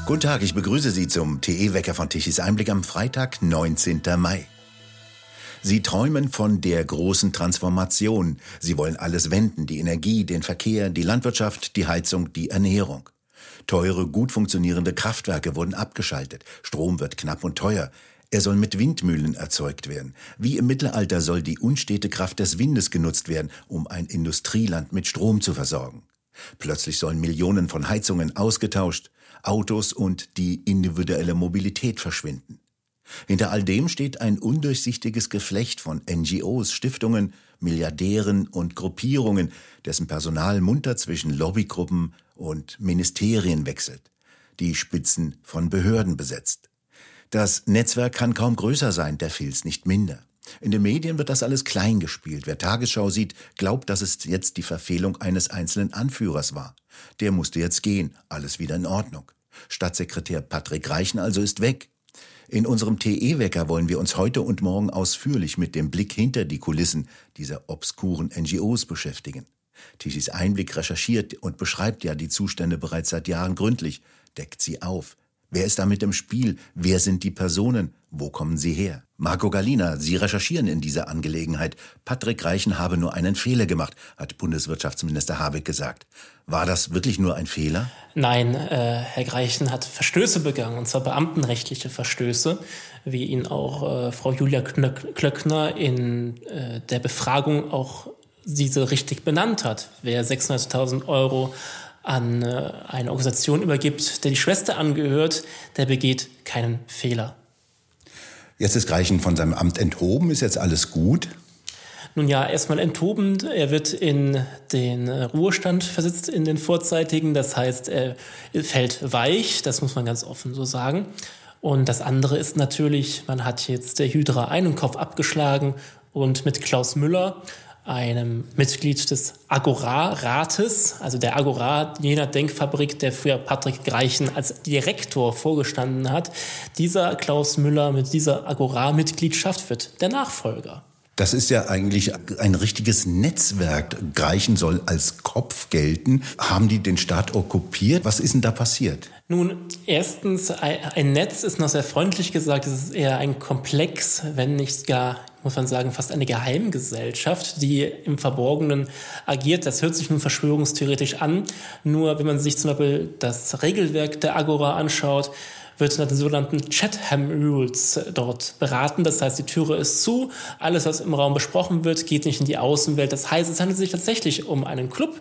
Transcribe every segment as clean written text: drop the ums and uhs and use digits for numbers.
Guten Tag, ich begrüße Sie zum TE-Wecker von Tichys Einblick am Freitag, 19. Mai. Sie träumen von der großen Transformation. Sie wollen alles wenden, die Energie, den Verkehr, die Landwirtschaft, die Heizung, die Ernährung. Teure, gut funktionierende Kraftwerke wurden abgeschaltet. Strom wird knapp und teuer. Er soll mit Windmühlen erzeugt werden. Wie im Mittelalter soll die unstete Kraft des Windes genutzt werden, um ein Industrieland mit Strom zu versorgen. Plötzlich sollen Millionen von Heizungen ausgetauscht, Autos und die individuelle Mobilität verschwinden. Hinter all dem steht ein undurchsichtiges Geflecht von NGOs, Stiftungen, Milliardären und Gruppierungen, dessen Personal munter zwischen Lobbygruppen und Ministerien wechselt, die Spitzen von Behörden besetzt. Das Netzwerk kann kaum größer sein, der Filz nicht minder. In den Medien wird das alles klein gespielt. Wer Tagesschau sieht, glaubt, dass es jetzt die Verfehlung eines einzelnen Anführers war. Der musste jetzt gehen, alles wieder in Ordnung. Staatssekretär Patrick Reichen also ist weg. In unserem TE-Wecker wollen wir uns heute und morgen ausführlich mit dem Blick hinter die Kulissen dieser obskuren NGOs beschäftigen. Tichys Einblick recherchiert und beschreibt ja die Zustände bereits seit Jahren gründlich, deckt sie auf. Wer ist da mit im Spiel? Wer sind die Personen? Wo kommen sie her? Marco Gallina, Sie recherchieren in dieser Angelegenheit. Patrick Reichen habe nur einen Fehler gemacht, hat Bundeswirtschaftsminister Habeck gesagt. War das wirklich nur ein Fehler? Nein, Herr Reichen hat Verstöße begangen, und zwar beamtenrechtliche Verstöße, wie ihn auch Frau Julia Klöckner in der Befragung auch diese richtig benannt hat. Wer 600.000 Euro an eine Organisation übergibt, der die Schwester angehört, der begeht keinen Fehler. Jetzt ist Reichen von seinem Amt enthoben. Ist jetzt alles gut? Nun ja, erstmal enthoben. Er wird in den Ruhestand versetzt, in den vorzeitigen. Das heißt, er fällt weich. Das muss man ganz offen so sagen. Und das andere ist natürlich, man hat jetzt der Hydra einen Kopf abgeschlagen und mit Klaus Müller, einem Mitglied des Agora-Rates, also der Agora, jener Denkfabrik, der früher Patrick Reichen als Direktor vorgestanden hat. Dieser Klaus Müller mit dieser Agora-Mitgliedschaft wird der Nachfolger. Das ist ja eigentlich ein richtiges Netzwerk. Reichen soll als Kopf gelten. Haben die den Staat okkupiert? Was ist denn da passiert? Nun, erstens, ein Netz ist noch sehr freundlich gesagt. Es ist eher ein Komplex, wenn nicht gar, muss man sagen, fast eine Geheimgesellschaft, die im Verborgenen agiert. Das hört sich nun verschwörungstheoretisch an. Nur wenn man sich zum Beispiel das Regelwerk der Agora anschaut, wird nach den sogenannten Chatham Rules dort beraten. Das heißt, die Türe ist zu, alles, was im Raum besprochen wird, geht nicht in die Außenwelt. Das heißt, es handelt sich tatsächlich um einen Club,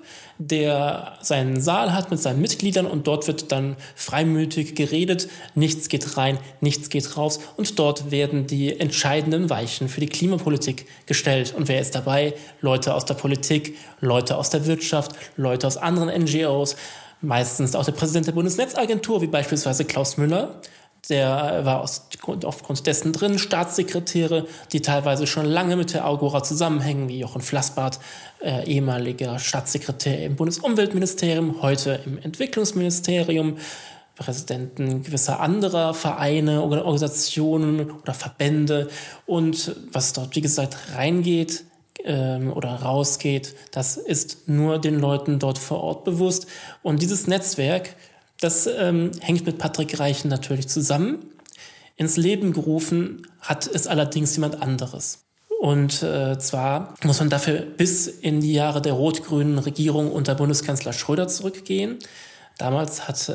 der seinen Saal hat mit seinen Mitgliedern und dort wird dann freimütig geredet. Nichts geht rein, nichts geht raus und dort werden die entscheidenden Weichen für die Klimapolitik gestellt. Und wer ist dabei? Leute aus der Politik, Leute aus der Wirtschaft, Leute aus anderen NGOs, meistens auch der Präsident der Bundesnetzagentur, wie beispielsweise Klaus Müller. Der war aufgrund dessen drin, Staatssekretäre, die teilweise schon lange mit der Agora zusammenhängen, wie Jochen Flassbart, ehemaliger Staatssekretär im Bundesumweltministerium, heute im Entwicklungsministerium, Präsidenten gewisser anderer Vereine, Organisationen oder Verbände. Und was dort, wie gesagt, reingeht oder rausgeht, das ist nur den Leuten dort vor Ort bewusst. Und dieses Netzwerk, das hängt mit Patrick Reichen natürlich zusammen. Ins Leben gerufen hat es allerdings jemand anderes. Und zwar muss man dafür bis in die Jahre der rot-grünen Regierung unter Bundeskanzler Schröder zurückgehen. Damals hat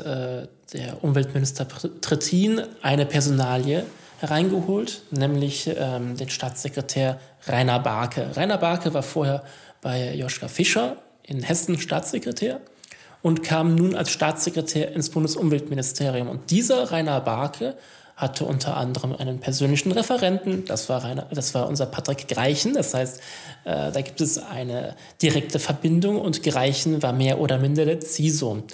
der Umweltminister Trittin eine Personalie hereingeholt, nämlich den Staatssekretär Rainer Barke. Rainer Barke war vorher bei Joschka Fischer in Hessen Staatssekretär und kam nun als Staatssekretär ins Bundesumweltministerium. Und dieser Rainer Barke hatte unter anderem einen persönlichen Referenten, das war unser Patrick Reichen. Das heißt, da gibt es eine direkte Verbindung und Reichen war mehr oder minder der Ziehsohn.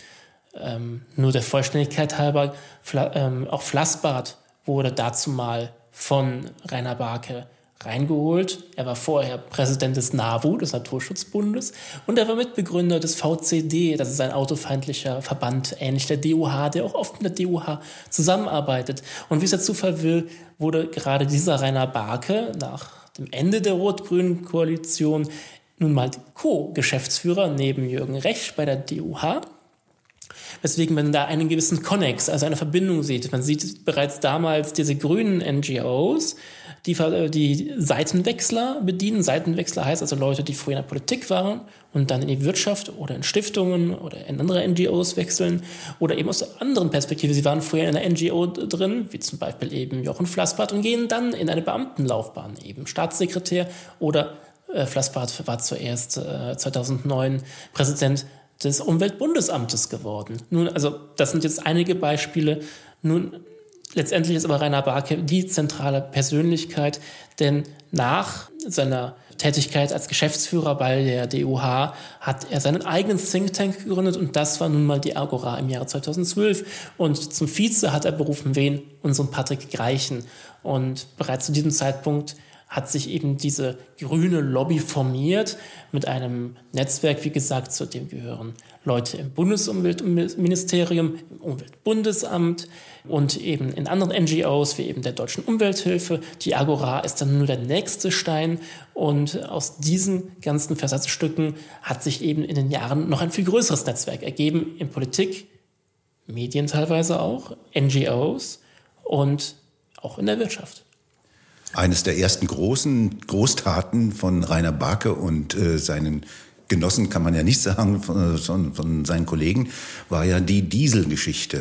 Nur der Vollständigkeit halber, auch Flassbart wurde dazu mal von Rainer Barke reingeholt. Er war vorher Präsident des NABU, des Naturschutzbundes, und er war Mitbegründer des VCD, das ist ein autofeindlicher Verband, ähnlich der DUH, der auch oft mit der DUH zusammenarbeitet. Und wie es der Zufall will, wurde gerade dieser Rainer Barke nach dem Ende der rot-grünen Koalition nun mal Co-Geschäftsführer neben Jürgen Rech bei der DUH. Weswegen man da einen gewissen Konnex, also eine Verbindung sieht. Man sieht bereits damals diese grünen NGOs, die Seitenwechsler bedienen. Seitenwechsler heißt also Leute, die früher in der Politik waren und dann in die Wirtschaft oder in Stiftungen oder in andere NGOs wechseln oder eben aus der anderen Perspektive. Sie waren früher in einer NGO drin, wie zum Beispiel eben Jochen Flassbart, und gehen dann in eine Beamtenlaufbahn, eben Staatssekretär oder Flassbart war zuerst 2009 Präsident des Umweltbundesamtes geworden. Nun, also das sind jetzt einige Beispiele. Nun, letztendlich ist aber Rainer Barke die zentrale Persönlichkeit, denn nach seiner Tätigkeit als Geschäftsführer bei der DUH hat er seinen eigenen Think Tank gegründet und das war nun mal die Agora im Jahre 2012. Und zum Vize hat er berufen wen? Unseren Patrick Greichen. Und bereits zu diesem Zeitpunkt hat sich eben diese grüne Lobby formiert mit einem Netzwerk, wie gesagt, zu dem gehören Leute im Bundesumweltministerium, im Umweltbundesamt und eben in anderen NGOs wie eben der Deutschen Umwelthilfe. Die Agora ist dann nur der nächste Stein und aus diesen ganzen Versatzstücken hat sich eben in den Jahren noch ein viel größeres Netzwerk ergeben in Politik, Medien teilweise auch, NGOs und auch in der Wirtschaft. Eines der ersten Großtaten von Rainer Barke und seinen Genossen, kann man ja nicht sagen, von seinen Kollegen, war ja die Dieselgeschichte.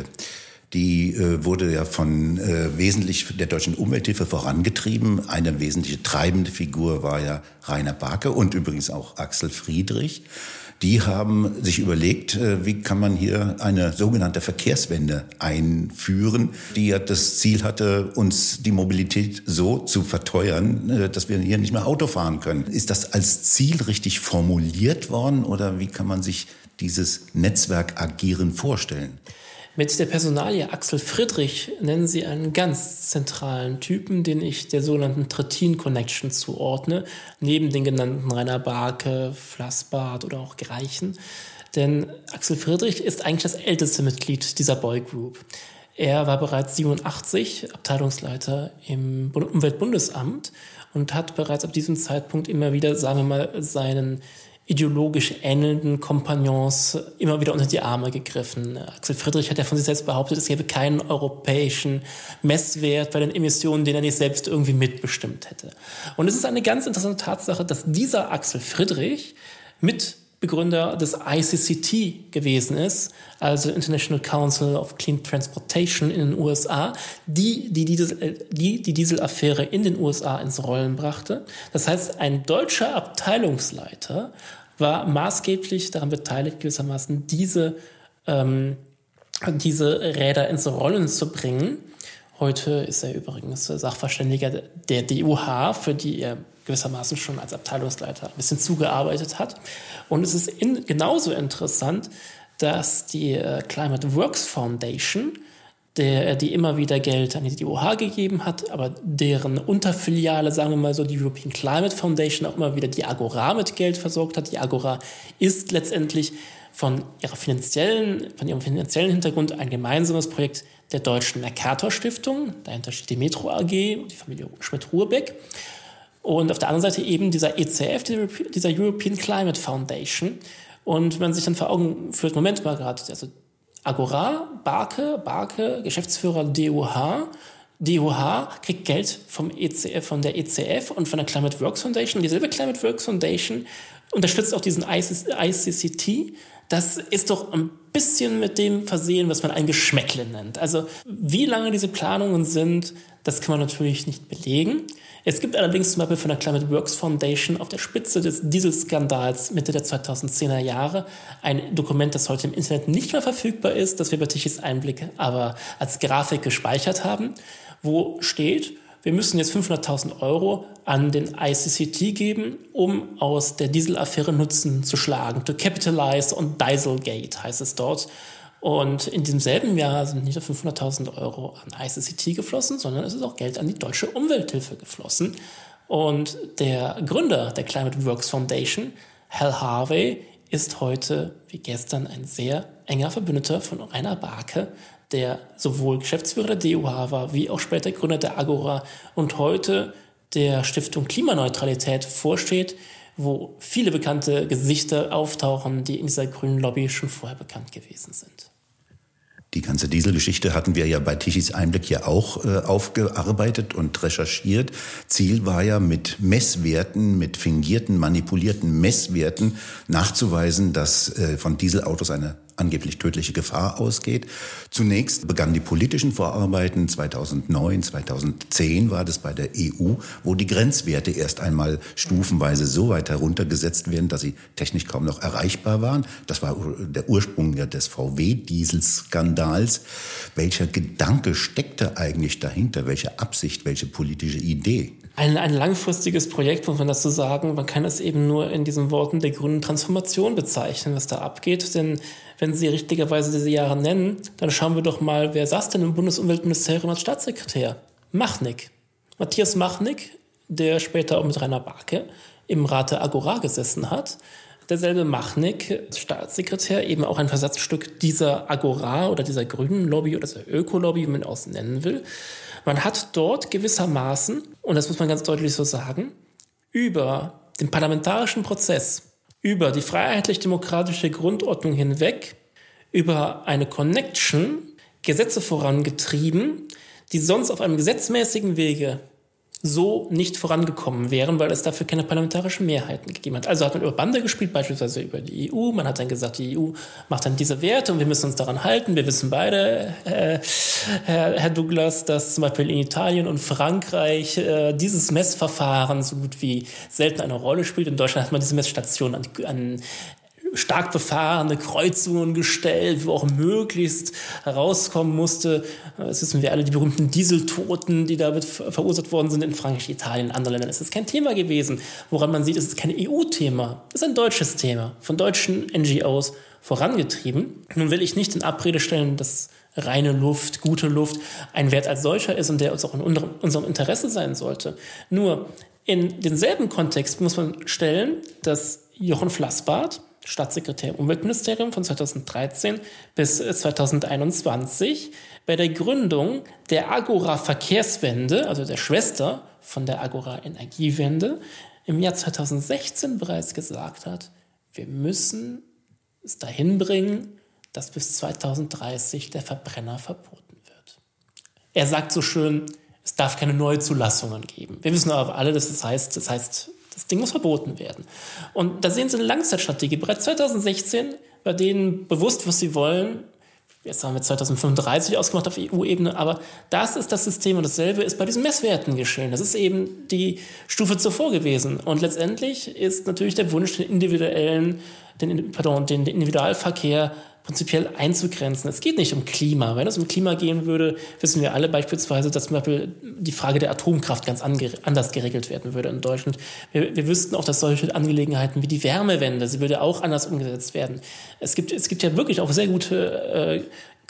Die wurde ja wesentlich der Deutschen Umwelthilfe vorangetrieben. Eine wesentliche treibende Figur war ja Rainer Barke und übrigens auch Axel Friedrich. Die haben sich überlegt, wie kann man hier eine sogenannte Verkehrswende einführen, die ja das Ziel hatte, uns die Mobilität so zu verteuern, dass wir hier nicht mehr Auto fahren können. Ist das als Ziel richtig formuliert worden oder wie kann man sich dieses Netzwerkagieren vorstellen? Mit der Personalie Axel Friedrich nennen Sie einen ganz zentralen Typen, den ich der sogenannten Trittin-Connection zuordne, neben den genannten Rainer Barke, Flassbart oder auch Greichen. Denn Axel Friedrich ist eigentlich das älteste Mitglied dieser Boygroup. Er war bereits 87 Abteilungsleiter im Umweltbundesamt und hat bereits ab diesem Zeitpunkt immer wieder, sagen wir mal, seinen ideologisch ähnelnden Kompagnons immer wieder unter die Arme gegriffen. Axel Friedrich hat ja von sich selbst behauptet, es gäbe keinen europäischen Messwert bei den Emissionen, den er nicht selbst irgendwie mitbestimmt hätte. Und es ist eine ganz interessante Tatsache, dass dieser Axel Friedrich Mitbegründer des ICCT gewesen ist, also International Council of Clean Transportation in den USA, die Dieselaffäre in den USA ins Rollen brachte. Das heißt, ein deutscher Abteilungsleiter war maßgeblich daran beteiligt, gewissermaßen diese Räder ins Rollen zu bringen. Heute ist er übrigens Sachverständiger der DUH, für die er gewissermaßen schon als Abteilungsleiter ein bisschen zugearbeitet hat. Und es ist genauso interessant, dass die Climate Works Foundation, die immer wieder Geld an die DUH gegeben hat, aber deren Unterfiliale, sagen wir mal so, die European Climate Foundation auch immer wieder die Agora mit Geld versorgt hat. Die Agora ist letztendlich von ihrem finanziellen Hintergrund ein gemeinsames Projekt der Deutschen Mercator Stiftung. Dahinter steht die Metro AG und die Familie Schmidt-Ruhrbeck. Und auf der anderen Seite eben dieser ECF, dieser European Climate Foundation. Und wenn man sich dann vor Augen führt, Moment mal gerade, also Agora, Barke, Geschäftsführer DUH. DUH kriegt Geld vom ECF, von der ECF und von der Climate Works Foundation. Dieselbe Climate Works Foundation unterstützt auch diesen ICCT. Das ist doch ein bisschen mit dem versehen, was man ein Geschmäckle nennt. Also wie lange diese Planungen sind, das kann man natürlich nicht belegen. Es gibt allerdings zum Beispiel von der Climate Works Foundation auf der Spitze des Dieselskandals Mitte der 2010er Jahre ein Dokument, das heute im Internet nicht mehr verfügbar ist, das wir bei Tichys Einblick aber als Grafik gespeichert haben, wo steht, wir müssen jetzt 500.000 Euro an den ICCT geben, um aus der Dieselaffäre Nutzen zu schlagen. To capitalize on Dieselgate heißt es dort. Und in diesem selben Jahr sind nicht nur 500.000 Euro an ICCT geflossen, sondern es ist auch Geld an die Deutsche Umwelthilfe geflossen. Und der Gründer der Climate Works Foundation, Hal Harvey, ist heute wie gestern ein sehr enger Verbündeter von Rainer Barke, der sowohl Geschäftsführer der DUH war, wie auch später Gründer der Agora und heute der Stiftung Klimaneutralität vorsteht, wo viele bekannte Gesichter auftauchen, die in dieser grünen Lobby schon vorher bekannt gewesen sind. Die ganze Dieselgeschichte hatten wir ja bei Tichys Einblick ja auch aufgearbeitet und recherchiert. Ziel war ja mit Messwerten, mit fingierten, manipulierten Messwerten nachzuweisen, dass von Dieselautos eine angeblich tödliche Gefahr ausgeht. Zunächst begannen die politischen Vorarbeiten. 2009, 2010 war das bei der EU, wo die Grenzwerte erst einmal stufenweise so weit heruntergesetzt werden, dass sie technisch kaum noch erreichbar waren. Das war der Ursprung des VW-Dieselskandals. Welcher Gedanke steckte eigentlich dahinter? Welche Absicht, welche politische Idee? Ein langfristiges Projekt, muss man dazu sagen. Man kann es eben nur in diesen Worten der grünen Transformation bezeichnen, was da abgeht. Denn wenn Sie richtigerweise diese Jahre nennen, dann schauen wir doch mal, wer saß denn im Bundesumweltministerium als Staatssekretär? Machnig. Matthias Machnig, der später auch mit Rainer Barke im Rat der Agora gesessen hat. Derselbe Machnig, Staatssekretär, eben auch ein Versatzstück dieser Agora oder dieser grünen Lobby oder dieser Ökolobby, wie man es nennen will. Man hat dort gewissermaßen, und das muss man ganz deutlich so sagen, über den parlamentarischen Prozess, über die freiheitlich-demokratische Grundordnung hinweg, über eine Connection Gesetze vorangetrieben, die sonst auf einem gesetzmäßigen Wege so nicht vorangekommen wären, weil es dafür keine parlamentarischen Mehrheiten gegeben hat. Also hat man über Bande gespielt, beispielsweise über die EU. Man hat dann gesagt, die EU macht dann diese Werte und wir müssen uns daran halten. Wir wissen beide, Herr Douglas, dass zum Beispiel in Italien und Frankreich dieses Messverfahren so gut wie selten eine Rolle spielt. In Deutschland hat man diese Messstation an stark befahrene Kreuzungen gestellt, wo auch möglichst herauskommen musste. Das wissen wir alle, die berühmten Dieseltoten, die damit verursacht worden sind in Frankreich, Italien, in anderen Ländern. Es ist kein Thema gewesen. Woran man sieht, es ist kein EU-Thema. Es ist ein deutsches Thema, von deutschen NGOs vorangetrieben. Nun will ich nicht in Abrede stellen, dass reine Luft, gute Luft ein Wert als solcher ist und der uns auch in unserem Interesse sein sollte. Nur in denselben Kontext muss man stellen, dass Jochen Flassbart, Staatssekretär im Umweltministerium von 2013 bis 2021, bei der Gründung der Agora Verkehrswende, also der Schwester von der Agora Energiewende, im Jahr 2016 bereits gesagt hat, wir müssen es dahin bringen, dass bis 2030 der Verbrenner verboten wird. Er sagt so schön, es darf keine Neuzulassungen geben. Wir wissen aber alle, dass das heißt, das Ding muss verboten werden. Und da sehen Sie eine Langzeitstrategie. Bereits 2016 war denen bewusst, was sie wollen. Jetzt haben wir 2035 ausgemacht auf EU-Ebene, aber das ist das System und dasselbe ist bei diesen Messwerten geschehen. Das ist eben die Stufe zuvor gewesen. Und letztendlich ist natürlich der Wunsch, den Individualverkehr prinzipiell einzugrenzen. Es geht nicht um Klima. Wenn es um Klima gehen würde, wissen wir alle beispielsweise, dass zum Beispiel die Frage der Atomkraft ganz anders geregelt werden würde in Deutschland. Wir wüssten auch, dass solche Angelegenheiten wie die Wärmewende, sie würde auch anders umgesetzt werden. Es gibt ja wirklich auch sehr gute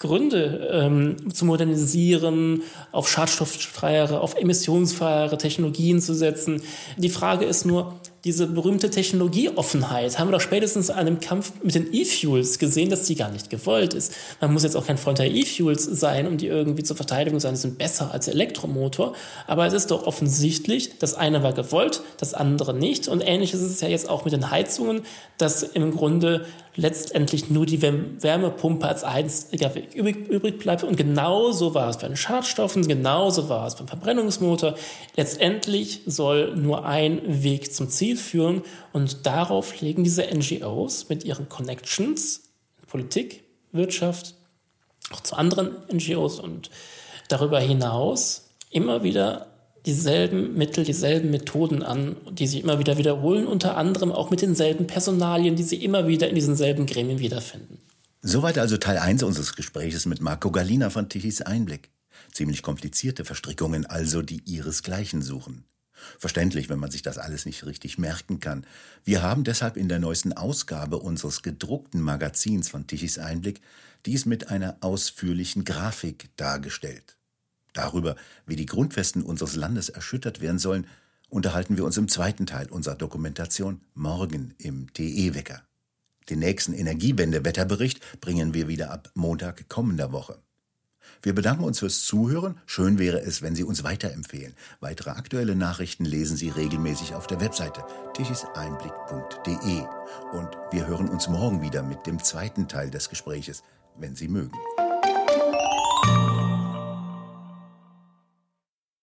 Gründe zu modernisieren, auf schadstofffreiere, auf emissionsfreiere Technologien zu setzen. Die Frage ist nur, diese berühmte Technologieoffenheit haben wir doch spätestens an dem Kampf mit den E-Fuels gesehen, dass die gar nicht gewollt ist. Man muss jetzt auch kein Freund der E-Fuels sein, um die irgendwie zur Verteidigung zu sein. Die sind besser als der Elektromotor. Aber es ist doch offensichtlich, das eine war gewollt, das andere nicht. Und ähnlich ist es ja jetzt auch mit den Heizungen, dass im Grunde letztendlich nur die Wärmepumpe als einziger Weg übrig bleibt. Und genauso war es bei den Schadstoffen, genauso war es beim Verbrennungsmotor. Letztendlich soll nur ein Weg zum Ziel führen und darauf legen diese NGOs mit ihren Connections, Politik, Wirtschaft, auch zu anderen NGOs und darüber hinaus immer wieder dieselben Mittel, dieselben Methoden an, die sie immer wieder wiederholen, unter anderem auch mit denselben Personalien, die sie immer wieder in diesen selben Gremien wiederfinden. Soweit also Teil 1 unseres Gespräches mit Marco Gallina von Tichys Einblick. Ziemlich komplizierte Verstrickungen also, die ihresgleichen suchen. Verständlich, wenn man sich das alles nicht richtig merken kann. Wir haben deshalb in der neuesten Ausgabe unseres gedruckten Magazins von Tichys Einblick dies mit einer ausführlichen Grafik dargestellt. Darüber, wie die Grundfesten unseres Landes erschüttert werden sollen, unterhalten wir uns im zweiten Teil unserer Dokumentation morgen im TE-Wecker. Den nächsten Energiewende-Wetterbericht bringen wir wieder ab Montag kommender Woche. Wir bedanken uns fürs Zuhören. Schön wäre es, wenn Sie uns weiterempfehlen. Weitere aktuelle Nachrichten lesen Sie regelmäßig auf der Webseite tichiseinblick.de. Und wir hören uns morgen wieder mit dem zweiten Teil des Gespräches, wenn Sie mögen.